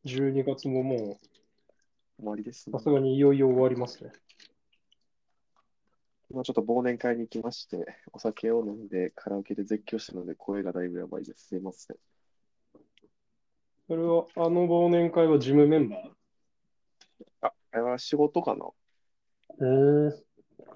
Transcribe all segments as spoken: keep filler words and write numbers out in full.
じゅうにがつもも終わりですう、 ね。 さすがにいよいよ終わりますね。 今ちょっと忘年会に行きまして、お酒を飲んでカラオケで絶叫したので声がだいぶやばいです。すいません。 それは、あの忘年会は事務メンバー？ あ、あれは仕事かな？ うーん。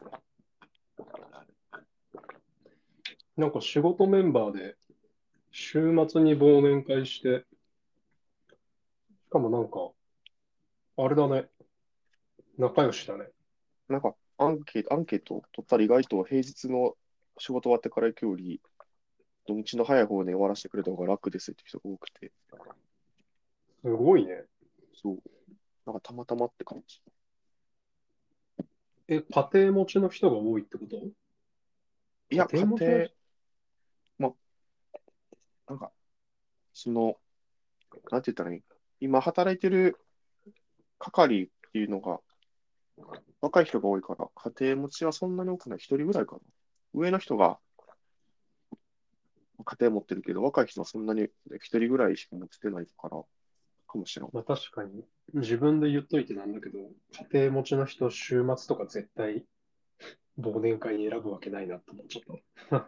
なんか仕事メンバーで、週末に忘年会して、しかもなんか、あれだね、仲良しだね。 なんかアンケート、アンケート取ったら意外と平日の仕事終わってから行くより、土日の早い方で終わらせてくれた方が楽ですって人が多くて、 すごいね。 そう、なんかたまたまって感じ。 え、家庭持ちの人が多いってこと？ いや、 家庭家庭、 持ちの人？ ま、なんか、その、なんて言ったらいい？今働いてる係っていうのが若い人が多いから、家庭持ちはそんなに多くない。一人ぐらいかな。上の人が家庭持ってるけど、若い人はそんなに一人ぐらいしか持ってないから、かもしれん。 まあ確かに、自分で言っといてなんだけど、家庭持ちの人、週末とか絶対忘年会に選ぶわけないなって思っちゃった。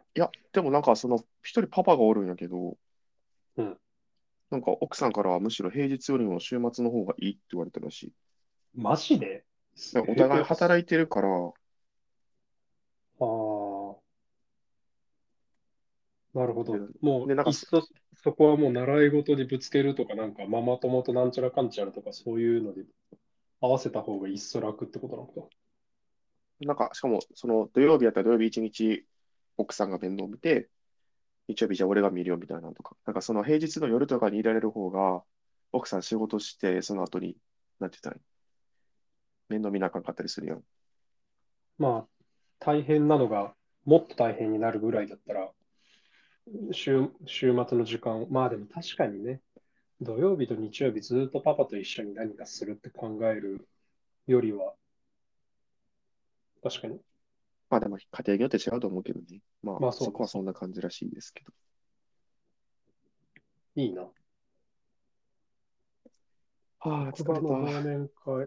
いや、でもなんかその、一人パパがおるんやけど、 うん。 なんか奥さんからはむしろ平日よりも週末の方がいいって言われたらしい。 マジで？え、 だからお互いやっぱす、 働いてるから、 ああ、なるほで、 ど。もう、 でなんかそ、 いっそ、そこはもう習い事にぶつけるとか、なんかママ友となんちゃらかんちゃらとか、そういうので合わせた方がいっそ楽ってことなのか。 なんか、しかも、その土曜日やったら土曜日一日奥さんが面倒見て、日曜日じゃあ俺が見るよみたいなのとか、なんかその平日の夜とかにいられる方が、奥さん仕事して、その後に、なんて言ったらいい？面倒見なあかんかったりするやん。 まあ、大変なのが、もっと大変になるぐらいだったら、週、週末の時間を、まあでも確かにね、土曜日と日曜日ずっとパパと一緒に何かするって考えるよりは、確かに、 まあでも家庭によって違うと思うけどね。まあまあそうね、 そこはそんなそうね。 感じらしいですけど。 いいな。 ああ、疲れた。 職場の忘年会。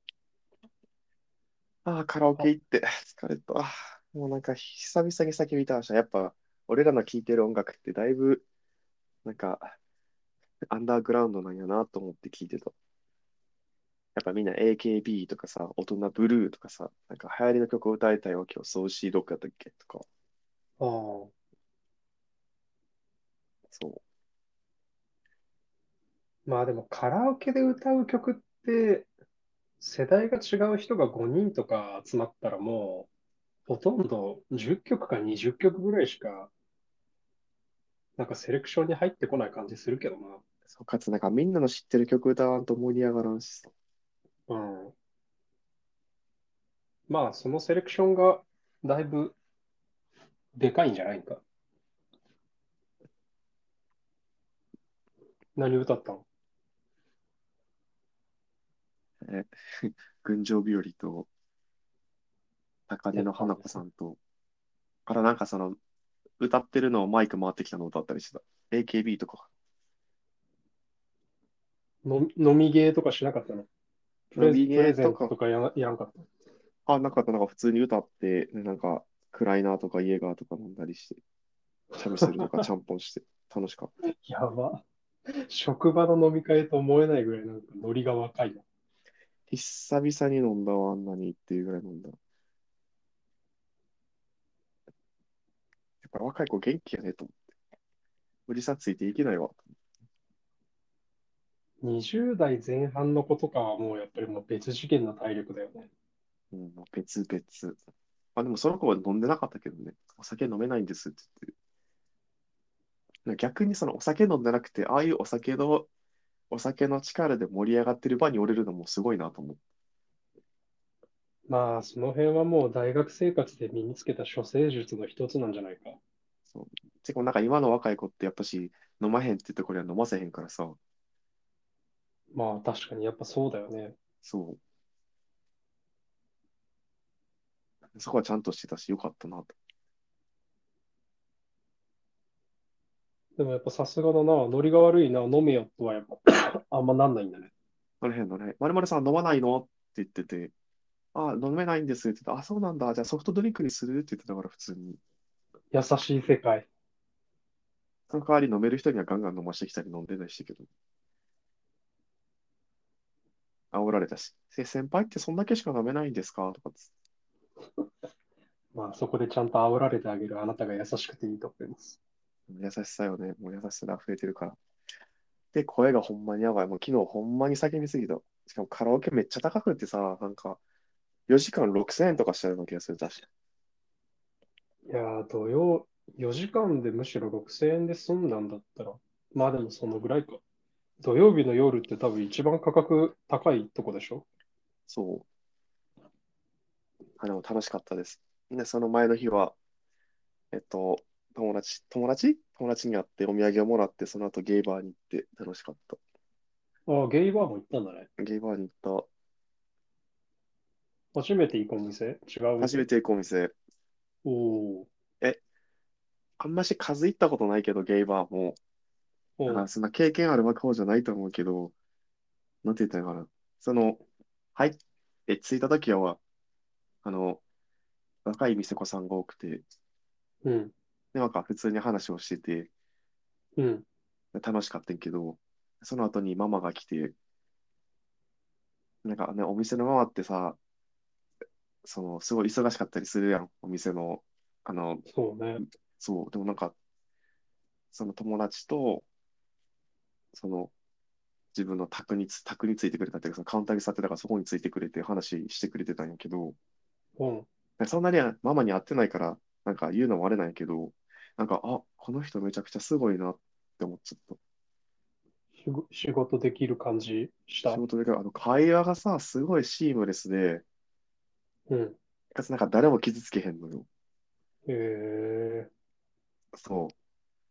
ああ、カラオケあ、 行って疲れた。もうなんか久々に叫びたいし、やっぱ俺らの聴いてる音楽ってだいぶなんかアンダーグラウンドなんやなと思って聞いてた。やっぱみんな エーケービー とかさ、大人ブルーとかさ、なんか流行りの曲を歌いたいわけよ。ソーシードッグやったっけとか。 ああ、 そう。 まあでもカラオケで歌う曲って、世代が違う人がごにんとか集まったらもう、ほとんどじゅっきょくかにじゅっきょくぐらいしか、なんかセレクションに入ってこない感じするけどな。 そうかつなんかみんなの知ってる曲歌わんと盛り上がらんしさ。 うん。まあ、そのセレクションがだいぶでかいんじゃないか。何歌ったの？ え、群青日和と高根鉄の花子板ですね。 さんと、からなんかその歌ってるのをマイク回ってきたのを歌ったりしてた。エーケービー とか。 の飲みゲーとかしなかったの？プレ、 ナビプレゲーとか、 ゼントとかやら、やらんかった？ あ、なかった、なんか普通に歌って、でなんかクライナーとかイエガーとか飲んだりして、チャミスルとかちゃんぽんして楽しかった。 やば。職場の飲み会と思えないぐらいなんかノリが若いな。 久々に飲んだわ、あんなにっていうぐらい飲んだ。やっぱ若い子元気やねと思って。おじさんついていけないわ。 にじゅう代前半の子とかはもうやっぱりもう別次元の体力だよね。 うん、別々。あ、でもその子は飲んでなかったけどね。お酒飲めないんですって言ってる。逆にそのお酒飲んでなくて、ああいうお酒の、お酒の力で盛り上がってる場に折れるのもすごいなと思って。 まあ、その辺はもう大学生活で身につけた処世術の一つなんじゃないか。 そう。てか、なんか今の若い子ってやっぱし、飲まへんって言ってこれは飲ませへんからさ、 まあ、確かにやっぱそうだよね。 そう。そこはちゃんとしてたし、よかったなと。 でもやっぱさすがだな。ノリが悪いな。飲めよとはやっぱあんまなんないんだね。 あの辺のね、まるまるさん飲まないのって言ってて、あ、飲めないんですって言って、あ、そうなんだ。じゃあソフトドリンクにするって言ってたから普通に。 優しい世界。 その代わり飲める人にはガンガン飲ましてきたり飲んでないしけど、煽られたし。え、先輩ってそんだけしか飲めないんですかとかつまあそこでちゃんと煽られてあげるあなたが優しくていいと思います。 優しさよね。もう優しさで溢れてるから。で、声がほんまにやばい。もう昨日ほんまに叫びすぎた。しかもカラオケめっちゃ高くってさ、なんかよじかんろくせんえんとかしたような気がする。確かいやー、土曜、よじかんでむしろろくせんえんで済んだんだったら、まあでもそのぐらいか。土曜日の夜って多分一番価格高いとこでしょ？ そう。あ、でも楽しかったです。で、その前の日は、えっと、友達、友達友達に会ってお土産をもらって、その後ゲイバーに行って楽しかった。 ああ、ゲイバーも行ったんだね。 ゲイバーに行った。 初めて行くお店？違う店？ 初めて行くお店。 おおえ、あんまし数行ったことないけど、ゲイバーも。 ー、おう、 だからそんな経験あるわけじゃないと思うけど、なんて言ったらいいのかな。その、はい、え、着いた時は、あの、若い店子さんが多くて、 うん、 で、なんか普通に話をしてて、 うん、 楽しかったんけど、その後にママが来て、なんかね、お店のママってさ、その、すごい忙しかったりするやん、お店の、あの、 そうね。 そう、でもなんか、その友達と、その、自分の宅につ、宅についてくれたっていうか、そのカウンターに座ってたからそこについてくれて話してくれてたんやけど、 うん。 そんなにママに会ってないから、なんか言うのもあれなんやけど、なんか、あ、この人めちゃくちゃすごいなって思っちゃった。 仕事仕事できる感じした？ 仕事でかい、あの会話がさ、すごいシームレスで、 うん。 かつなんか誰も傷つけへんのよ。 えー、 そう。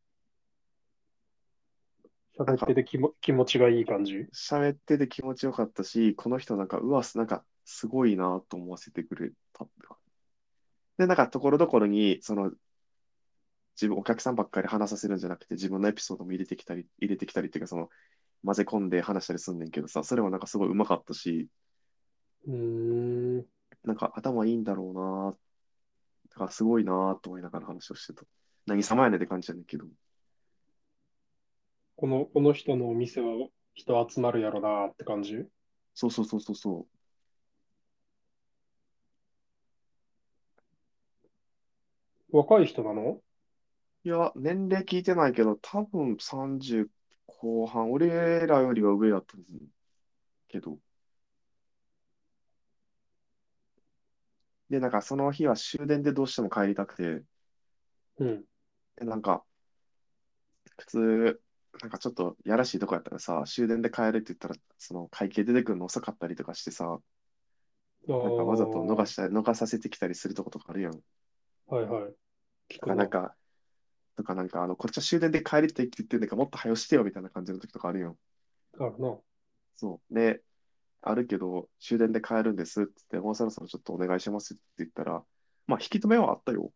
なんか、 喋ってて気も、気持ちがいい感じ？ 喋ってて気持ちよかったし、この人なんか、うわ、なんか、すごいなと思わせてくれたって感じ。で、なんか、ところどころに、その、自分、お客さんばっかり話させるんじゃなくて、自分のエピソードも入れてきたり、入れてきたりっていうか、その、混ぜ込んで話したりすんねんけどさ、それもなんかすごいうまかったし、 うーん。 なんか頭いいんだろうな、だからすごいなと思いながら話をしてた。何様やねんって感じやねんけど。 この、この人のお店は人集まるやろなって感じ？ そうそうそうそうそう。 若い人なの？ いや、年齢聞いてないけど、多分さんじゅう後半、俺らよりは上だったんですけど。で、なんかその日は終電でどうしても帰りたくて、 うん。 で、なんか普通、なんかちょっとやらしいとこやったらさ、終電で帰るって言ったら、その会計出てくるの遅かったりとかしてさ、 あなんかわざと逃あ、 したり、逃させてきたりするとことかあるやん。だはいはい。聞くな。 からなんか、とかなんか、あの、こっちは終電で帰りたいって言ってんだからもっと早よしてよみたいな感じの時とかあるやん。 あるな。 そう。で、あるけど、終電で帰るんですって言って、もうそろそろちょっとお願いしますって言ったら、まあ、引き止めはあったよ。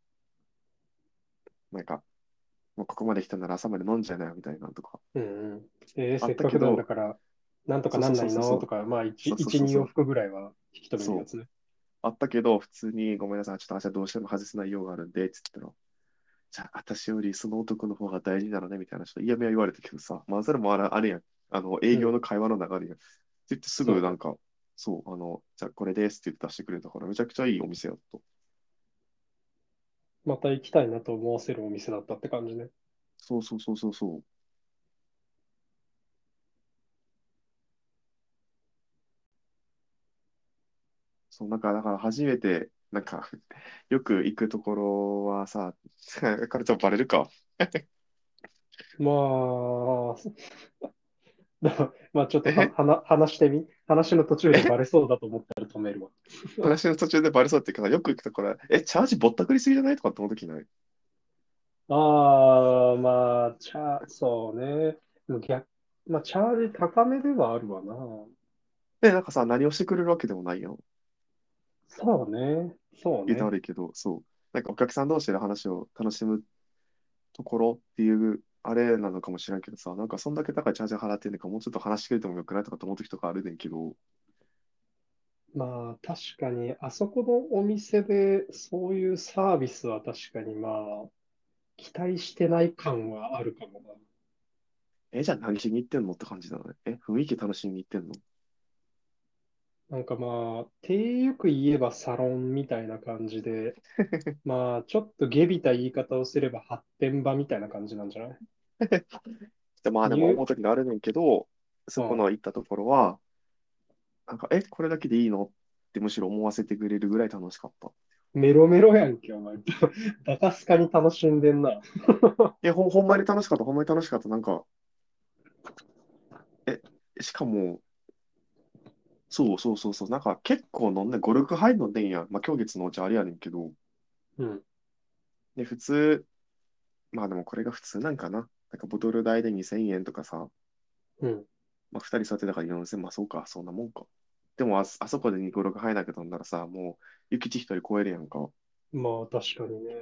なんか、もうここまで来たなら朝まで飲んじゃいなよみたいなとか。 うんうん。えーあっせっかくなんだたけど、 から、なんとかそうそうなんないそうそうそう。 のとか、まあ、一、 そうそう一、 そうそう。 二往復ぐらいは引き止めるそう。 やつね。 あったけど、普通にごめんなさい、ちょっと明日どうしても外せない用があるんで、って言ったら、じゃあ、私よりその男の方が大事なのね、みたいな、ちょっと嫌味は言われたけどさ、まあ、それもあれ、あれやん。あの、営うん。 業の会話の流れやん。って言ってすそうね。 ぐなんか、そう、あの、じゃあこれですって言って出してくれたから、めちゃくちゃいいお店やった。 また行きたいなと思わせるお店だったって感じね。 そうそうそうそうそう。そう、なんか、だから初めて、なんか、よく行くところはさ、これちょっとバレるか。 まあ、まあちょっとは、 えはな、話してみ。話の途中でえバレそうだと思ったら止めるわ。 話の途中でバレそうっていうか、よく行くところ、え、チャージぼったくりすぎじゃないとかって思うときない？ ああ、まあ、チャー、そうね。でも逆、まあ、チャージ高めではあるわな。 で、なんかさ、何をしてくれるわけでもないやん。 そうね。そう言うとね。 悪いけど、そう。なんかお客さん同士で話を楽しむところっていうあれなのかもしれんけどさ、なんかそんだけ高いチャージ払ってんのか、もうちょっと話してくれてもよくないとかと思う時とかあるねんけど、 まあ確かに、あそこのお店でそういうサービスは確かにまあ、期待してない感はあるかもな。 え、じゃあ何しに行ってんのって感じなのね。え、雰囲気楽しみに行ってんの？ なんかまあ、手よく言えばサロンみたいな感じで、まあ、ちょっと下びた言い方をすれば発展場みたいな感じなんじゃない？ でまあでもニュー、 思う時があるねんけど、そこうん、 の行ったところは、なんか、え、これだけでいいのってむしろ思わせてくれるぐらい楽しかった。 メロメロやんけ、お前。バカスカに楽しんでんな。 え、ほ、ほんまに楽しかった、ほんまに楽しかった。なんか、え、しかも、そうそうそうそう、なんか結構飲んで、ご、ろくはい飲んでんや。まあ、今日月のうちあれやねんけど、 うん、 で、普通、まあでもこれが普通なんかな。なんかボトル代でにせんえんとかさ、 うん。 まあふたり座ってたからよんせん、まあそうか、そんなもんか。でもあ、あそこでに、ご、ろくはいだけ飲んだらさ、もう、ゆきちひとり超えるやんか。 まあ、確かにね。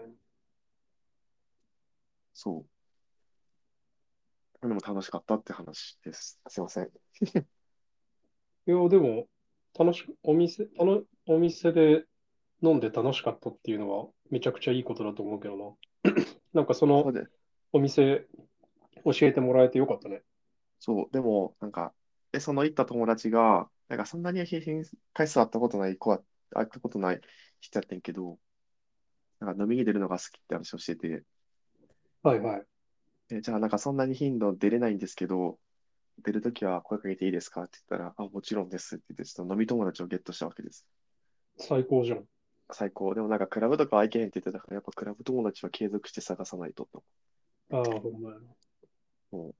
そう。でも楽しかったって話です。すいません。 いや、でも、楽しく、お店、たの、お店で飲んで楽しかったっていうのは、めちゃくちゃいいことだと思うけどな。なんかそのそうで、 お店、教えてもらえてよかったね。 そう。でも、なんか、で、その行った友達が、なんかそんなに品回数会ったことない子は、会ったことない人やってんけど、なんか飲みに出るのが好きって話をしてて、 はいはい。 え、じゃあなんかそんなに頻度出れないんですけど、出るときは声かけていいですかって言ったら、あ、もちろんですって言って、ちょっと飲み友達をゲットしたわけです。 最高じゃん。 最高。でもなんかクラブとかは行けへんって言ってたから、やっぱクラブ友達は継続して探さないとと。 ああ、ほんまやな。 も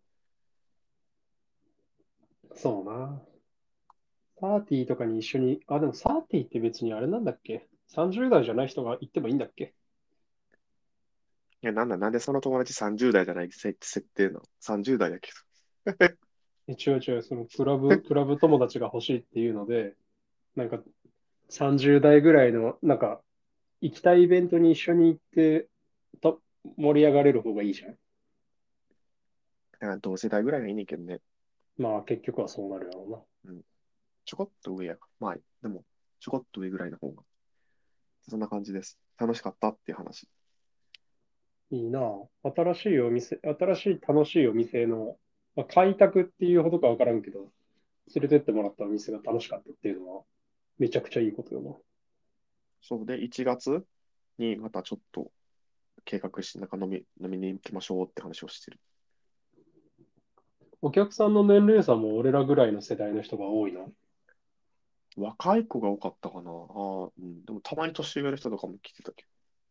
そうな。サーティーとかに一緒に、あ、でもサーティーって別にあれなんだっけ？ さんじゅう 代じゃない人が行ってもいいんだっけ？ う、いや、なんだ、なんでその友達さんじゅう代じゃない設設定の？ さんじゅう 代だけど。 一応違う、そのクラブ、クラブ友達が欲しいっていうので、なんかさんじゅう代ぐらいの、なんか行きたいイベントに一緒に行ってと盛り上がれる方がいいじゃん。 だから同世代ぐらいがいいねんけどね。 まあ結局はそうなるやろうん。ちょこっと上やか。まあ、でも、ちょこっと上ぐらいの方が。そんな感じです。楽しかったっていう話。 うな。いいな。新しいお店、新しい楽しいお店の、まあ、開拓っていうほどかわからんけど、連れてってもらったお店が楽しかったっていうのは、めちゃくちゃいいことよな。 そうで、いちがつにまたちょっと計画して、なんか飲み、飲みに行きましょうって話をしてる。 お客さんの年齢差も俺らぐらいの世代の人が多いの？ 若い子が多かったかな。ああ、うん。でもたまに年上の人とかも来てたけ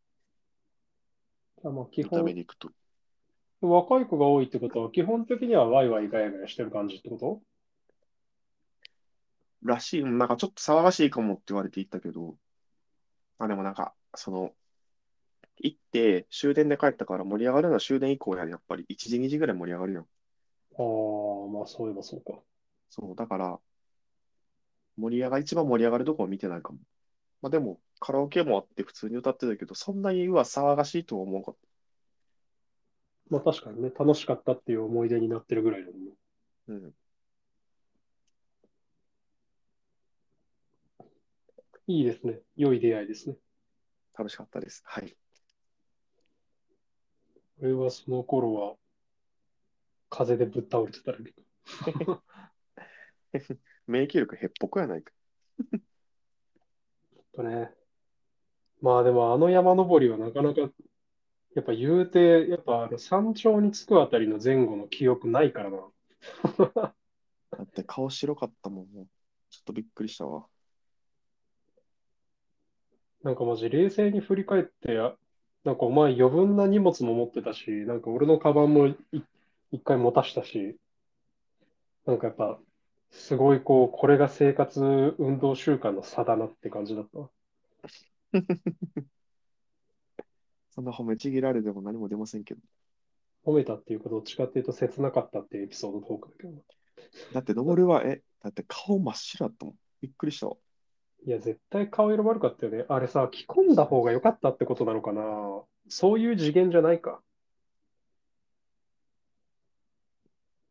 あ、まあ基ど、見た目本、 で行くと。 若い子が多いってことは、基本的にはワイワイガヤガヤしてる感じってこと？ らしい。うん、なんかちょっと騒がしいかもって言われて行ったけど、あ、でもなんか、その、行って終電で帰ったから盛り上がるのは終電以降やね、やっぱり。いちじ、にじぐらい盛り上がるよ。 ああ、まあそういえばそうか。 そう、だから、盛り上が、一番盛り上がるとこは見てないかも。まあでも、カラオケもあって普通に歌ってたけど、そんなには騒がしいとは思わなかっまあ確かにね、楽しかったっていう思い出になってるぐらいだもんね。 た。うん。 いいですね。良い出会いですね。 楽しかったです。はい。 俺はその頃は風邪でぶっ倒れてたらけど。 免疫力へっぽこやないか。 とね。まあでもあの山登りはなかなか、やっぱ言うて、やっぱあの山頂に着くあたりの前後の記憶ないからな。 だって顔白かったもん。もうちょっとびっくりしたわ。 なんかマジ冷静に振り返って、あなんかお前余分な荷物も持ってたし、なんか俺のカバンもい一回持たしたし、なんかやっぱ、すごいこう、これが生活運動習慣の差だなって感じだったわ。 そんな褒めちぎられても何も出ませんけど。 褒めたっていうか、どっちかっていうと切なかったっていうエピソードトークだけどな。 だって登るは、え、だって顔真っ白だったもん。びっくりしたわ。 いや、絶対顔色悪かったよね。あれさ、着込んだ方が良かったってことなのかな？そういう次元じゃないか。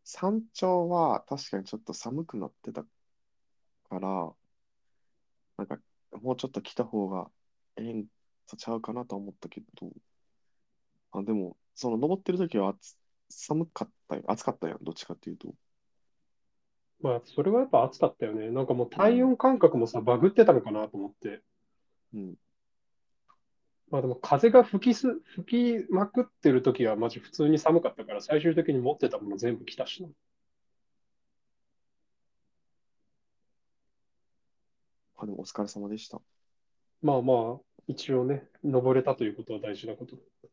山頂は確かにちょっと寒くなってたから、なんかもうちょっと来た方がええんとちゃうかなと思ったけど、あ、でも、その登ってる時は暑寒かったよ。暑かったよ。どっちかっていうと。 まあ、それはやっぱ暑かったよね。なんかもううん。 体温感覚もさ、バグってたのかなと思って。 うん。 まあでも風が吹きす、吹きまくってる時はマジ普通に寒かったから、最終的に持ってたもの全部来たしな。 あ、でもお疲れ様でした。 まあまあ、一応ね、登れたということは大事なこと。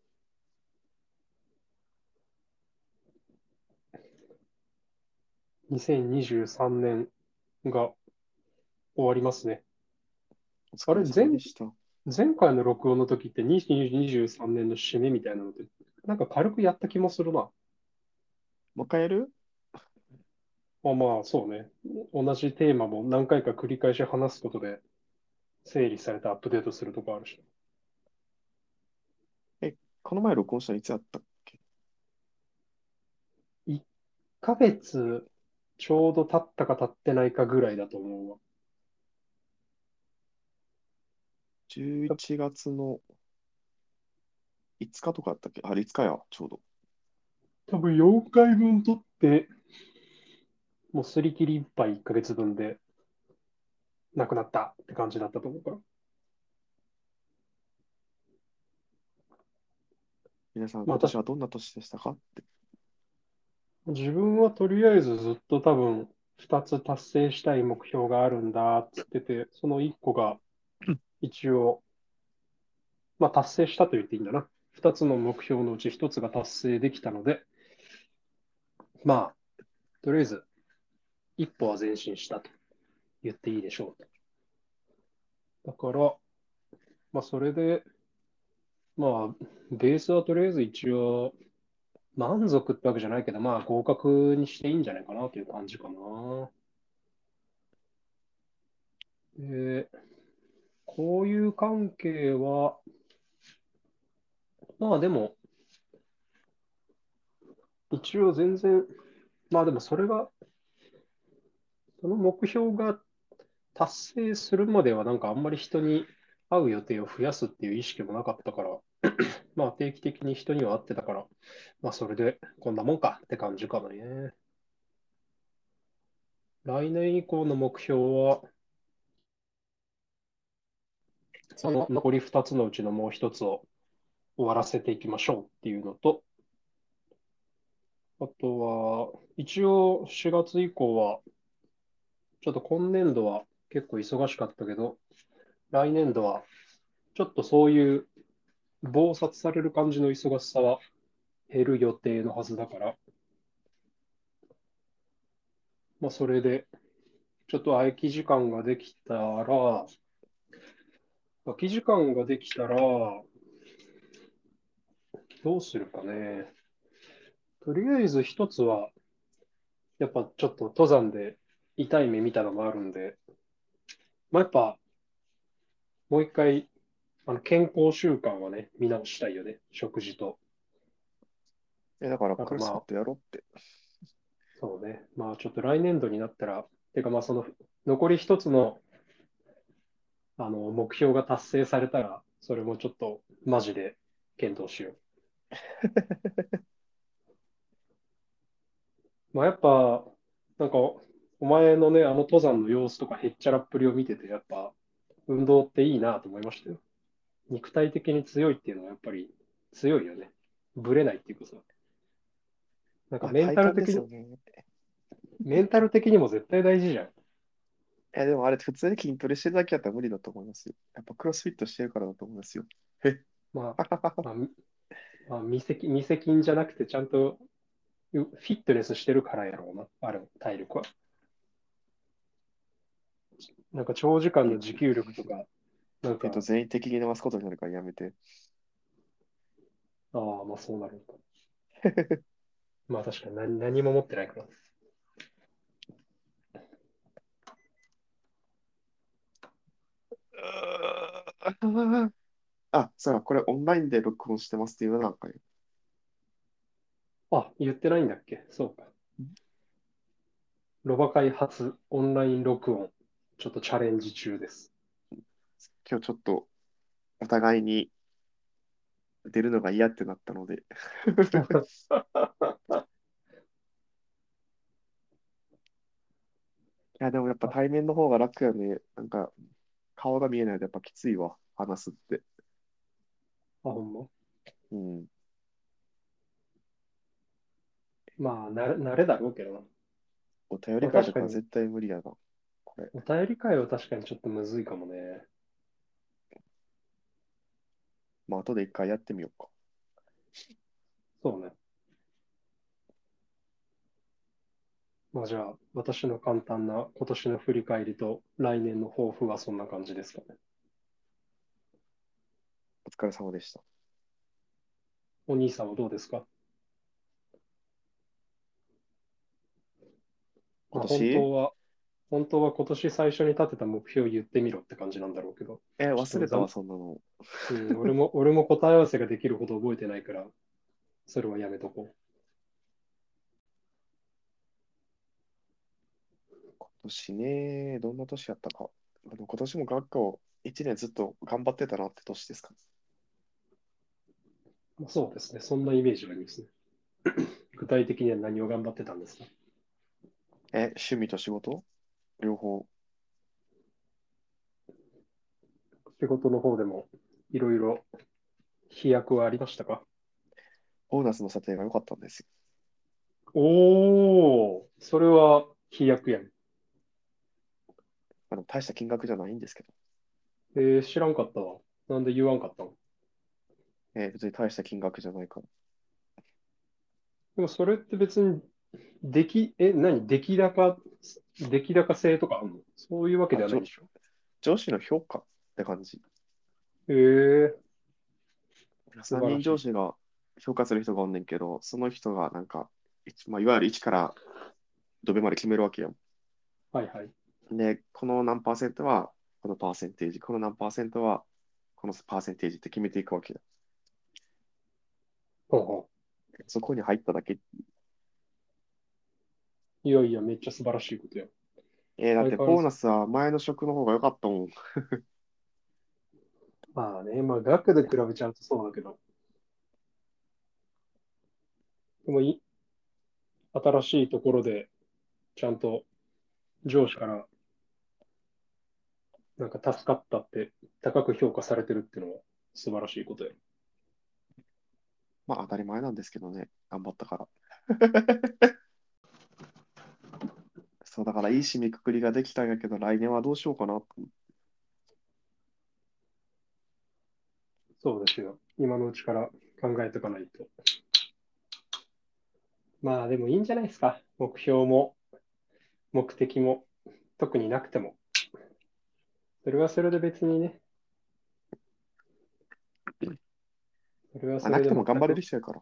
にせんにじゅうさんねんが終わりますね。 お疲れあれ、前、 様でした。も前回の録音の時ってにせんにじゅうさんねんの締めみたいなのって、なんか軽くやった気もするな。 う一回やる？ まあまあ、そうね。同じテーマも何回か繰り返し話すことで整理されてアップデートするとこあるし。 え、この前録音したのいつやったっけ？ いっかげつちょうど経ったか経ってないかぐらいだと思うわ。 じゅういち 月のいつかとかあったっけ？あれいつかや、ちょうど。 多分よんかいぶん取って、もうすり切りいっぱいいっかげつぶんでなくなったって感じだったと思うから。 皆さん、 まあ、た今年はどんな年でしたかって。 自分はとりあえずずっと多分ふたつ達成したい目標があるんだっつってて、そのいっこが一応、まあ達成したと言っていいんだな。ふたつの目標のうちひとつが達成できたので、まあ、とりあえず一歩は前進したと言っていいでしょうと。だから、まあそれで、まあ、ベースはとりあえず一応満足ってわけじゃないけど、まあ合格にしていいんじゃないかなという感じかな。で、こういう関係は、まあでも、一応全然、まあでもそれが、その目標が達成するまではなんかあんまり人に会う予定を増やすっていう意識もなかったから、まあ定期的に人には会ってたから、まあそれでこんなもんかって感じかもね。来年以降の目標は、その残りふたつのうちのもうひとつを終わらせていきましょうっていうのと、あとは、一応しがつ以降は、ちょっと今年度は結構忙しかったけど、来年度はちょっとそういう忙殺される感じの忙しさは減る予定のはずだから、まあそれで、ちょっと空き時間ができたら、空き時間ができたら、どうするかね。とりあえず一つは、やっぱちょっと登山で痛い目見たのもあるんで、まあ、やっぱもう一回、あの健康習慣はね、見直したいよね。食事と。 え、だからなんかまあ、 クロスフィットやろうって。 そうね。まあちょっと来年度になったら、てかまあその残り一つの、あの目標が達成されたら、それもちょっとマジで検討しよう。まあやっぱ、なんか、お前のね、あの登山の様子とかへっちゃらっぷりを見てて、やっぱ、運動っていいなと思いましたよ。肉体的に強いっていうのはやっぱり強いよね。ぶれないっていうかさ、なんかまあ、 メン体感でタル的に、 すよね。 メンタル的にも絶対大事じゃん。 え、でもあれ普通に筋トレしてるだけやったら無理だと思いますよ。やっぱクロスフィットしてるからだと思いますよ。え、 まあ、まあ、みまあ、未責、未責任じゃなくて、ちゃんとフィットネスしてるからやろうな、あれ、体力は。なんか長時間え、 の持久力とか、なんえっと、 か、 全員敵に回すことになるからやめて。 ああ、まあそうなるのか。まあ確かに何、何も持ってないから。 あーあ、そうだ、これオンラインで録音してますっていうのなんかよ。 あ、言ってないんだっけそうか。 ロバ会初オンライン録音、ちょっとチャレンジ中です。 今日ちょっとお互いに出るのが嫌ってなったので。いや、でもやっぱあ、 対面の方が楽やね。なんか、顔が見えないとやっぱきついわ、話すって。 あ、ほんま。 うん。 まあ、慣れ、慣れだろうけどな。 お便りまあ、 会と確かに、 かは絶対無理やな、これ。 お便り会は確かにちょっとむずいかもね。 まあ、後で一回やってみようか。 そうね。まあ、じゃあ、私の簡単な今年の振り返りと来年の抱負はそんな感じですかね。 お疲れ様でした。 お兄さんはどうですか？まあ、本今年当は、本当は今年最初に立てた目標を言ってみろって感じなんだろうけど、 え、 ちょっとざん、 忘れたわ、そんなの。 うん、俺も、俺も答え合わせができるほど覚えてないから、それはやめとこ今年ね、どんな年やったか。あの今年も学校一年ずっと頑張ってたなって年ですかね。 う。まあ、そうですね。そんなイメージがありますね。具体的には何を頑張ってたんですか？ え、趣味と仕事両方。 仕事の方でもいろいろ飛躍はありましたか？ ボーナスの査定が良かったんですよ。 おー、それは飛躍やん。 あの、大した金額じゃないんですけど。 えー、知らんかったわ。なんで言わんかったの？ えー別に大した金額じゃないから。 でもそれって別に、出来、え、何出来高、出来高制とかあるの？そういうわけあ、上、 ではないでしょ？ 上司の評価って感じ。 えー、素 3人晴らしい。 上司が評価する人がおんねんけど、その人がなんか、一まあ、いわゆるいちからどべまで決めるわけよ。 はいはい。 で、この何パーセントはこのパーセンテージ、この何パーセントはこのパーセンテージって決めていくわけよ。 ほうほそこに入っただけ。 う。いやいや、めっちゃ素晴らしいことや。 えーだって相変わらず。 ボーナスは前の職の方が良かったもん。 まあね、まあ額で比べちゃうとそうだけど、でもい新しいところでちゃんと上司からなんか助かったって高く評価されてるっていうのは素晴らしいことや。 まあ当たり前なんですけどね。頑張ったから。そうだからいい締めくくりができたんやけど、来年はどうしようかなと思って。 そうですよ。今のうちから考えておかないと。まあでもいいんじゃないですか。目標も目的も特になくても。それはそれで別にね、それはまあ、 それでなくても頑張れ全く、 る人やから。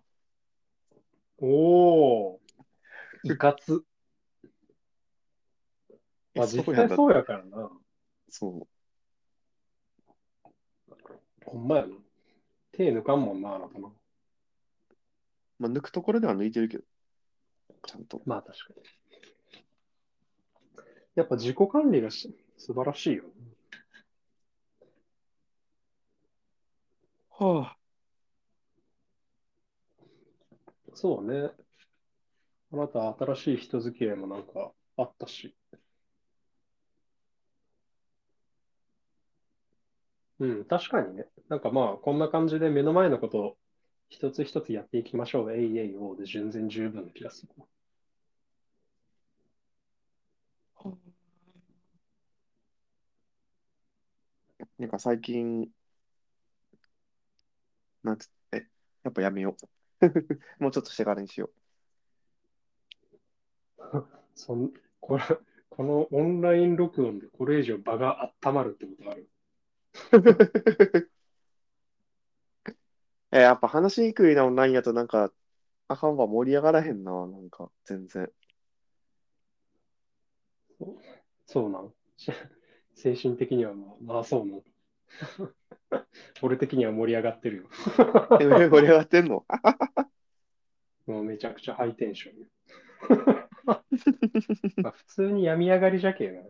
おー、いかつ。 え、 まあそうやんだ。 実際そうやからな。 そう。 ほんまやな。手抜かんもんな、あなたの。 まあ、抜くところでは抜いてるけど、ちゃんと。 まあ確かに。やっぱ自己管理がし素晴らしいよね。 はあ。 そうね。あなた新しい人付き合いもなんかあったし。うん、確かにね。なんかまあ、こんな感じで目の前のことを一つ一つやっていきましょう。えいえいおうで全然十分な気がする。 なんか最近、なんつって、やっぱやめよう。もうちょっとしてからにしよそん、これ、このオンライン録音でこれ以上場が温まるってことある？ う。え、やっぱ話しにくいな、オンラインやとなんか、あかんわ、盛り上がらへんな、なんか、全然。 そうそうなん。精神的にはまあ、まあそうなん。俺的には盛り上がってるよ。 え、盛り上がってんの？ もうめちゃくちゃハイテンション。 まあ、普通に病み上がりじゃけえな。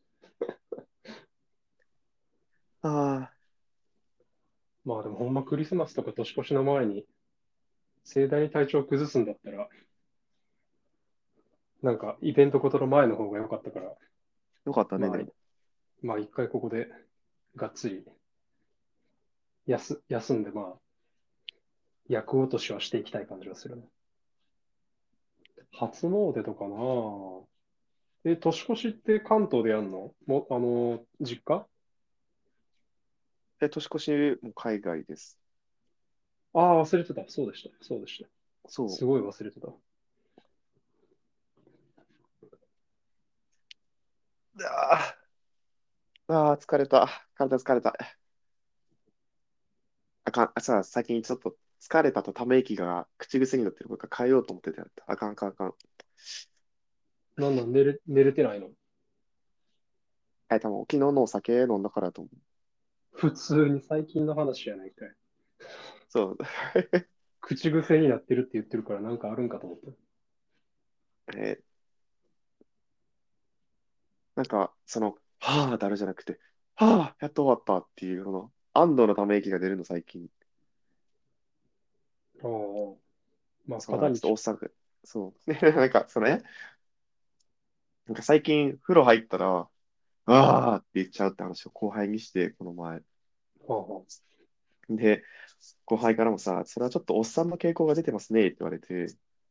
ああ、 まあでもほんまクリスマスとか年越しの前に盛大に体調崩すんだったら、なんかイベントことの前の方が良かったから、 よかったね、 まあ、 でも。 まあ一回ここでがっつり休、休んで、まあ、厄落としはしていきたい感じがするね。初詣とかな。え、年越しって関東でやんのも、あの、実家。 で、年越しも海外です。 ああー、忘れてた。そうでした。そうでした。 そすごい忘れてた。 う。あーあー、疲れた。体疲れた。あかん、あさ、先にちょっと疲れたとため息が口癖になってるから変えようと思ってたやった。あかんあかんあかん。 なんなん、寝れ、寝れてないの？ え、多分昨日のお酒飲んだからと思う。 普通に最近の話やないかい。 そう。 口癖になってるって言ってるからなんかあるんかと思った。 えーなんか、その、はぁ、だるじゃなくて、はぁ、やっと終わったっていう、この、安堵のため息が出るの最近。 ああ、まあ、 そう、なんかちょっとお片道。 っさんく、そう。なんか、そのね、なんか最近風呂入ったら、あーって言っちゃうって話を後輩にして、この前。 はあはで、後輩からもさ、それはちょっとおっさんの傾向が出てますねって言われて、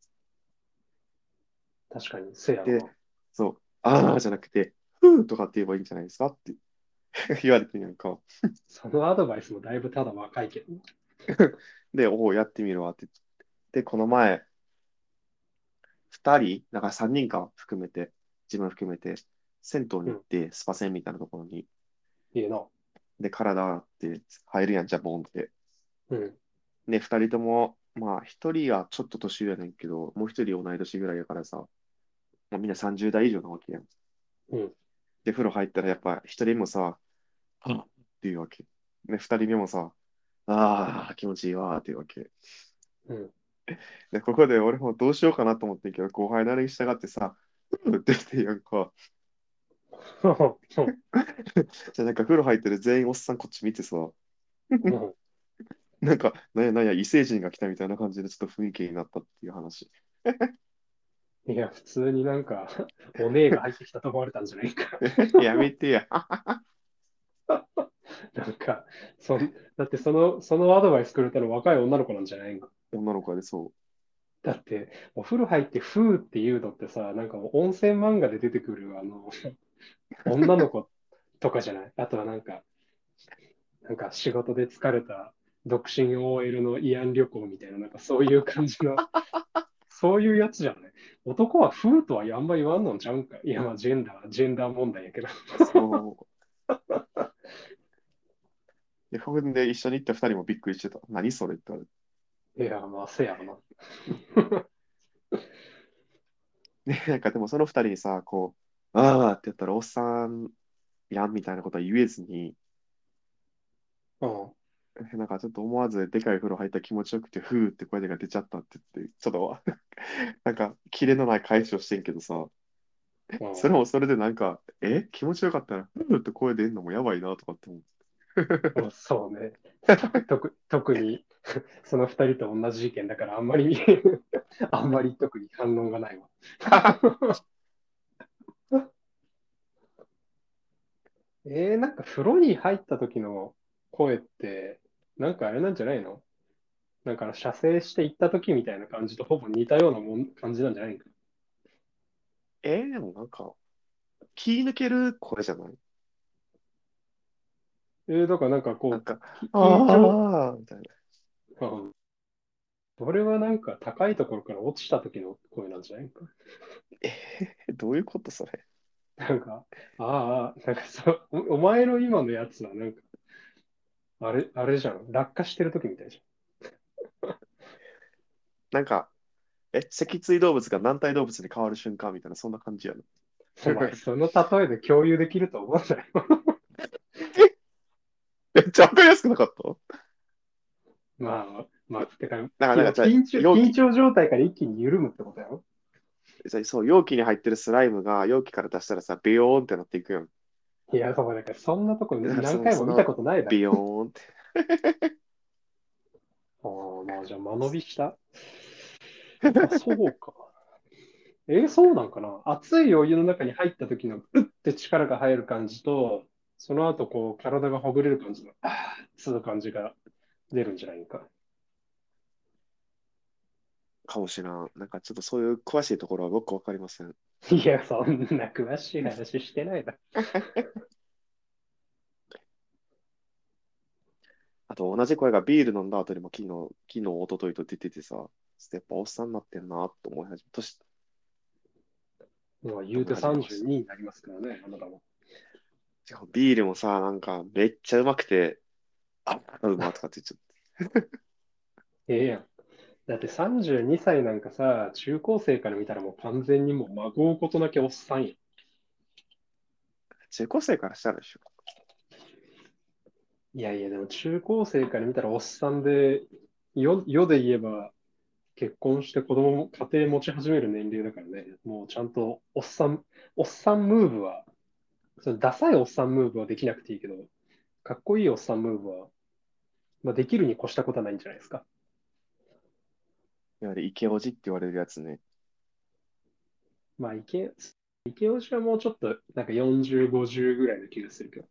あ、確かに、せやろで、 な。 そう、あーじゃなくて、ふーとかって言えばいいんじゃないですかって言われてんやんか。 そのアドバイスもだいぶただ若いけど。 で、おお、やってみるわって言って、この前、二人、だから三人か含めて、自分含めて、銭湯にうん、 行って、スパ銭みたいなところに、 いいな。 で、体洗って入るやん、じゃボンって。 うん、 で、二人とも、まあ、一人はちょっと年上やねんけど、もう一人同い年ぐらいやからさ、もうみんなさんじゅう代以上なわけやん。 うん、 で、風呂入ったらやっぱ一人もさ、はっっていうわけ。で、二人目もさ、ああ、気持ちいいわーっていうわけ。 うん。 で、ここで俺もどうしようかなと思ってんけど、後輩なりに従ってさ、うんって言ってんやんか。じゃあなんか風呂入ってる全員おっさんこっち見てさ、 うなんか、なんやなんや異星人が来たみたいな感じでちょっと雰囲気になったっていう話。 ん。いや、普通になんか、お姉が入ってきたと思われたんじゃないか。 やめてや。 なんか、そん、だってその、そのアドバイスくれたの若い女の子なんじゃないんか。 女の子でそだって、お風呂入ってフーっていうのってさ、なんかもう温泉漫画で出てくる、あの、女の子とかじゃない？あとはなんか、なんか仕事で疲れた独身 オーエル の慰安旅行みたいな、なんかそういう感じの、そういうやつじゃない？男はフーとはあんま言わんのんちゃうんか。いや、まあジェンダー、ジェンダー問題やけど。 う。そう。で、ほんで一緒に行った二人もびっくりしてた。何それって言わいや、まあせやろな。 れて。ね、なんかでもその二人にさ、こう、ああって言ったらおっさんやんみたいなことは言えずに、 うん。 なんかちょっと思わずでかい風呂入ったら気持ちよくて、ふーって声が出ちゃったって言って、ちょっとなんか、キレのない返しをしてんけどさ、 うん。 それもそれでなんか、え気持ちよかったら、ふーって声出んのもやばいなとかって思って。 まあそうね。特、特、特にその二人と同じ意見だからあんまりあんまり特に反論がないわ。えー、なんか風呂に入った時の声って、なんかあれなんじゃないの？なんかあの射精して行った時みたいな感じとほぼ似たようなもん感じなんじゃないか。 えー、でもなんか、気抜ける声じゃない？ えー、だからなんかこう、 なんか、 き緊張、 ああ、みたいな。 うん、それはなんか高いところから落ちた時の声なんじゃないか。 えー、どういうことそれ。 なんか、ああ、なんかそう、お、お前の今のやつはなんか、あれ、あれじゃん。落下してる時みたいじなんか、え、脊椎動物が軟体動物に変わる瞬間みたいな、そんな感じやな。 ゃん。お前、その例えで共有できると思うんだよ。 めっちゃわかりやすくなかった？ まあ、まあ、てか、 なんか、 きなんか、じゃあ、 緊張、 容器、 緊張状態から一気に緩むってことやろ？ そう、容器に入ってるスライムが容器から出したらさ、ビヨーンってなっていくやん。 いや、そう、だからそんなとこだからその、 何回も見たその、 ことないだろ。 ビヨーンって。 ああ、まあじゃあ間延びした。まあそうか。えーそうなんかな。熱いお湯の中に入った時のうって力が入る感じと、その後こう体がほぐれる感じの、あーっつう感じが出るんじゃないか。 かもしらん。なんかちょっとそういう詳しいところは僕わかりません。 いや、そんな詳しい話してないだあと同じ声がビール飲んだ後にも昨日、昨日、一昨日と出ててさ、ちょっとやっぱおっさんになってんなと思い始め、年、 ろ。まあと思い言うて始めました。 さんじゅうにになりますからね、あなたも。 しかもビールもさ、なんかめっちゃうまくて、あ、うまとかって言っちゃって。 ええやん。だってさんじゅうにさいなんかさ、中高生から見たらもう完全にもう孫うことなきおっさんや。 中高生からしたらでしょ。 いやいや、でも中高生から見たらおっさんで、世、世で言えば結婚して子供も、家庭持ち始める年齢だからね。もうちゃんとおっさん、おっさんムーブは、そのダサいおっさんムーブはできなくていいけど、かっこいいおっさんムーブは、まあ、できるに越したことはないんじゃないですか。 いわゆるイケオジって言われるやつね。 まあ、イケ、イケオジはもうちょっと、なんかよんじゅう、ごじゅうぐらいの気がするけど。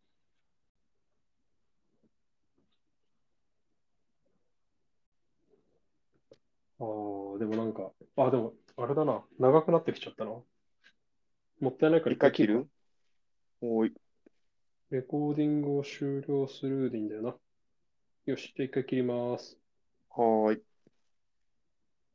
ああ、でもなんか、あ、でも、あれだな。長くなってきちゃったな。もったいないから一一回切るか。 回切るおい。 レコーディングを終了するでいいんだよな。よし、じゃあ一回切ります。 はーい。